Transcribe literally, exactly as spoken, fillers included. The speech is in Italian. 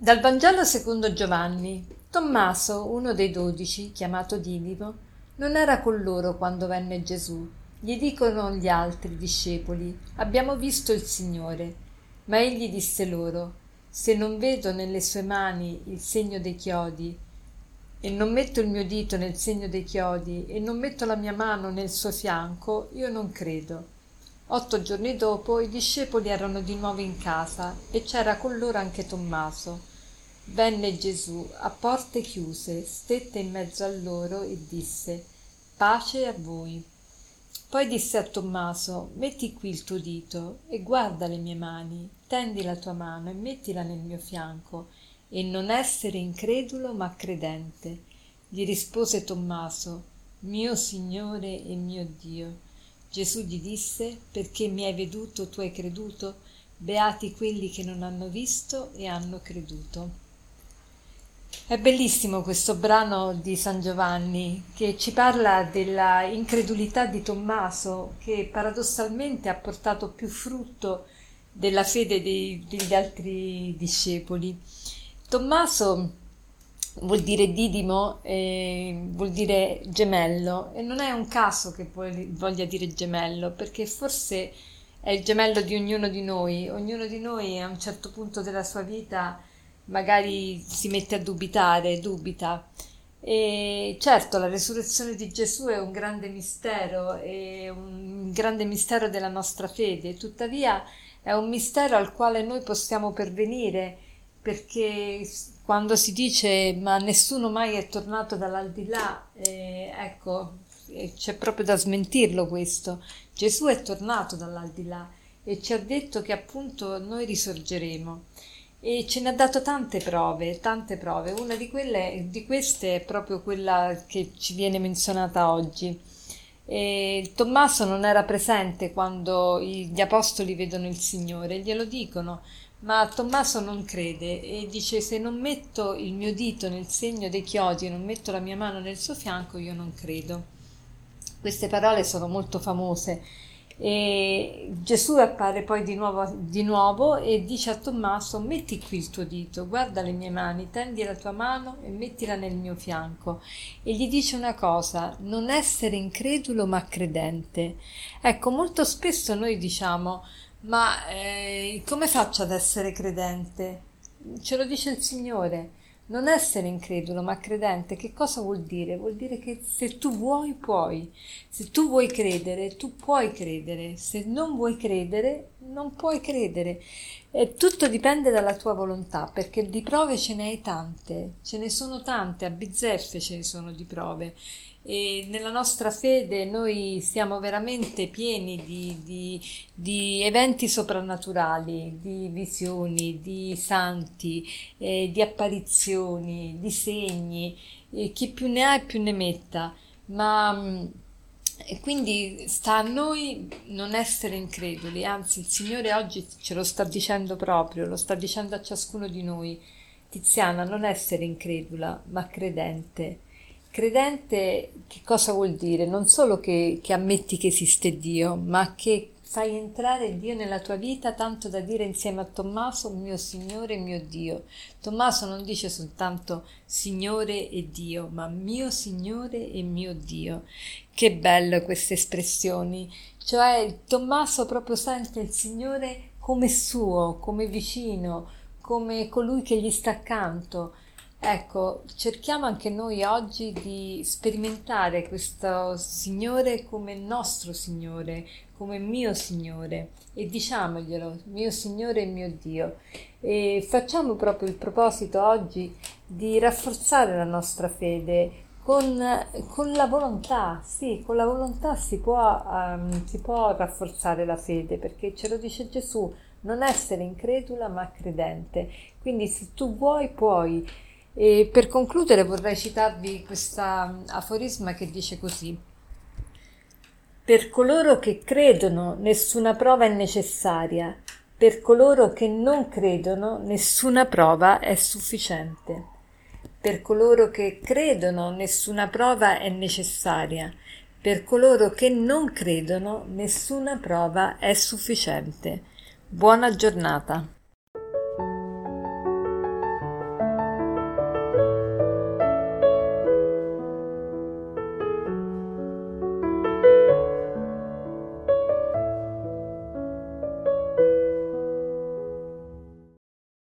Dal Vangelo secondo Giovanni. Tommaso, uno dei dodici, chiamato Didimo, non era con loro quando venne Gesù. Gli dicono gli altri discepoli: abbiamo visto il Signore. Ma egli disse loro: se non vedo nelle sue mani il segno dei chiodi, e non metto il mio dito nel segno dei chiodi, e non metto la mia mano nel suo fianco, io non credo. Otto giorni dopo i discepoli erano di nuovo in casa e c'era con loro anche Tommaso. Venne Gesù a porte chiuse, stette in mezzo a loro e disse: pace a voi. Poi disse a Tommaso: metti qui il tuo dito e guarda le mie mani, tendi la tua mano e mettila nel mio fianco, e non essere incredulo ma credente. Gli rispose Tommaso: mio Signore e mio Dio. Gesù gli disse: perché mi hai veduto tu hai creduto? Beati quelli che non hanno visto e hanno creduto. È bellissimo questo brano di San Giovanni che ci parla della incredulità di Tommaso, che paradossalmente ha portato più frutto della fede dei, degli altri discepoli. Tommaso vuol dire Didimo, eh, vuol dire gemello, e non è un caso che voglia dire gemello, perché forse è il gemello di ognuno di noi. Ognuno di noi a un certo punto della sua vita magari si mette a dubitare, dubita. E certo, la resurrezione di Gesù è un grande mistero, è un grande mistero della nostra fede, tuttavia è un mistero al quale noi possiamo pervenire, perché quando si dice ma nessuno mai è tornato dall'aldilà, eh, ecco, c'è proprio da smentirlo questo. Gesù è tornato dall'aldilà e ci ha detto che appunto noi risorgeremo. E ce ne ha dato tante prove, tante prove. Una di quelle, di queste è proprio quella che ci viene menzionata oggi. E Tommaso non era presente quando gli apostoli vedono il Signore, glielo dicono, ma Tommaso non crede e dice: se non metto il mio dito nel segno dei chiodi e non metto la mia mano nel suo fianco, io non credo. Queste parole sono molto famose. E Gesù appare poi di nuovo, di nuovo e dice a Tommaso: metti qui il tuo dito, guarda le mie mani, tendi la tua mano e mettila nel mio fianco, e gli dice una cosa: non essere incredulo ma credente. Ecco, molto spesso noi diciamo: ma eh, come faccio ad essere credente? Ce lo dice il Signore. Non essere incredulo ma credente, che cosa vuol dire? Vuol dire che se tu vuoi, puoi. Se tu vuoi credere, tu puoi credere. Se non vuoi credere, non puoi credere. E tutto dipende dalla tua volontà, perché di prove ce ne hai tante, ce ne sono tante, a bizzeffe ce ne sono di prove. E nella nostra fede noi siamo veramente pieni di, di, di eventi soprannaturali, di visioni, di santi, eh, di apparizioni, di segni, eh, chi più ne ha più ne metta, ma e quindi sta a noi non essere increduli, anzi il Signore oggi ce lo sta dicendo proprio, lo sta dicendo a ciascuno di noi: Tiziana, non essere incredula ma credente. Credente che cosa vuol dire? Non solo che, che ammetti che esiste Dio, ma che fai entrare Dio nella tua vita tanto da dire insieme a Tommaso: mio Signore e mio Dio. Tommaso non dice soltanto Signore e Dio, ma mio Signore e mio Dio. Che bello queste espressioni, cioè Tommaso proprio sente il Signore come suo, come vicino, come colui che gli sta accanto. Ecco, cerchiamo anche noi oggi di sperimentare questo Signore come nostro Signore, come mio Signore, e diciamoglielo: mio Signore e mio Dio. E facciamo proprio il proposito oggi di rafforzare la nostra fede con, con la volontà. Sì, con la volontà si può, um, si può rafforzare la fede, perché ce lo dice Gesù: non essere incredula ma credente. Quindi se tu vuoi, puoi. E per concludere vorrei citarvi questa aforisma che dice così: per coloro che credono nessuna prova è necessaria, per coloro che non credono nessuna prova è sufficiente. Per coloro che credono nessuna prova è necessaria, per coloro che non credono nessuna prova è sufficiente. Buona giornata.